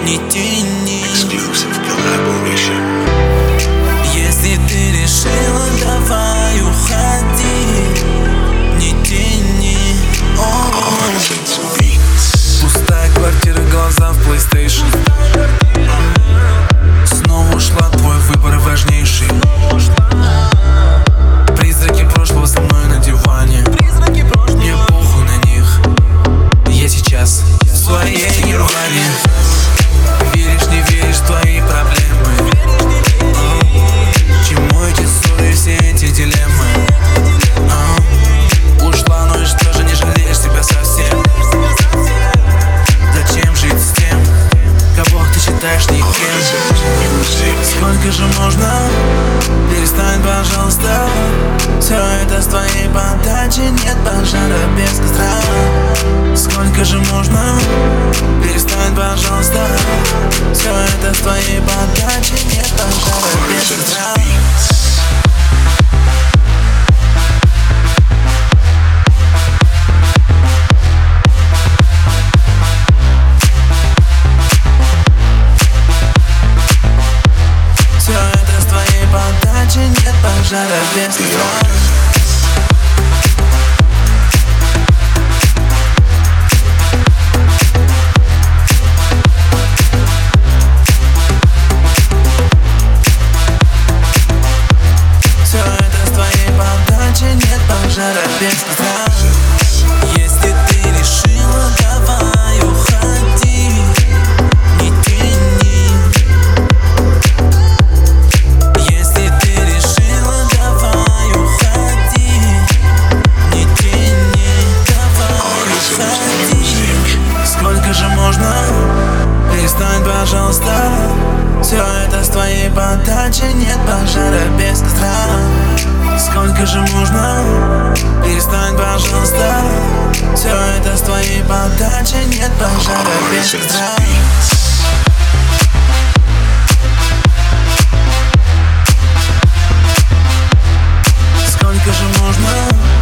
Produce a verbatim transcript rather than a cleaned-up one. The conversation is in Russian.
не тяни. Exclusive collaboration. Если ты решила, давай уходи, не тяни. Пустая квартира, глаза в PlayStation. Снова ушла, твой выбор важнейший. Призраки прошлого со мной на диване. Мне похуй на них. Я сейчас в своей нирване. Веришь, не веришь в твои проблемы? Чему эти ссоры и все эти дилеммы? Ушла, ну и что же, не жалеешь себя совсем? Зачем жить с тем, кого ты считаешь никем? Сколько же можно? Перестань, пожалуйста. Все это с твоей подачи, нет пожара без костра. Сколько же можно? Перестань, пожалуйста. Все это с твоей подачи, нет пожара без костра. Нет пожара без костра. Все это с твоей подачи, нет пожара без костра. Если ты решила, давай уходи, не тяни. Если ты решила, давай уходи, не тяни. Давай уходи. Сколько же можно? Перестань, пожалуйста. Все это с твоей подачи, нет пожара без костра. Сколько же можно? Перестань, пожалуйста. Все это с твоей подачи, нет пожара без костра. Сколько же можно?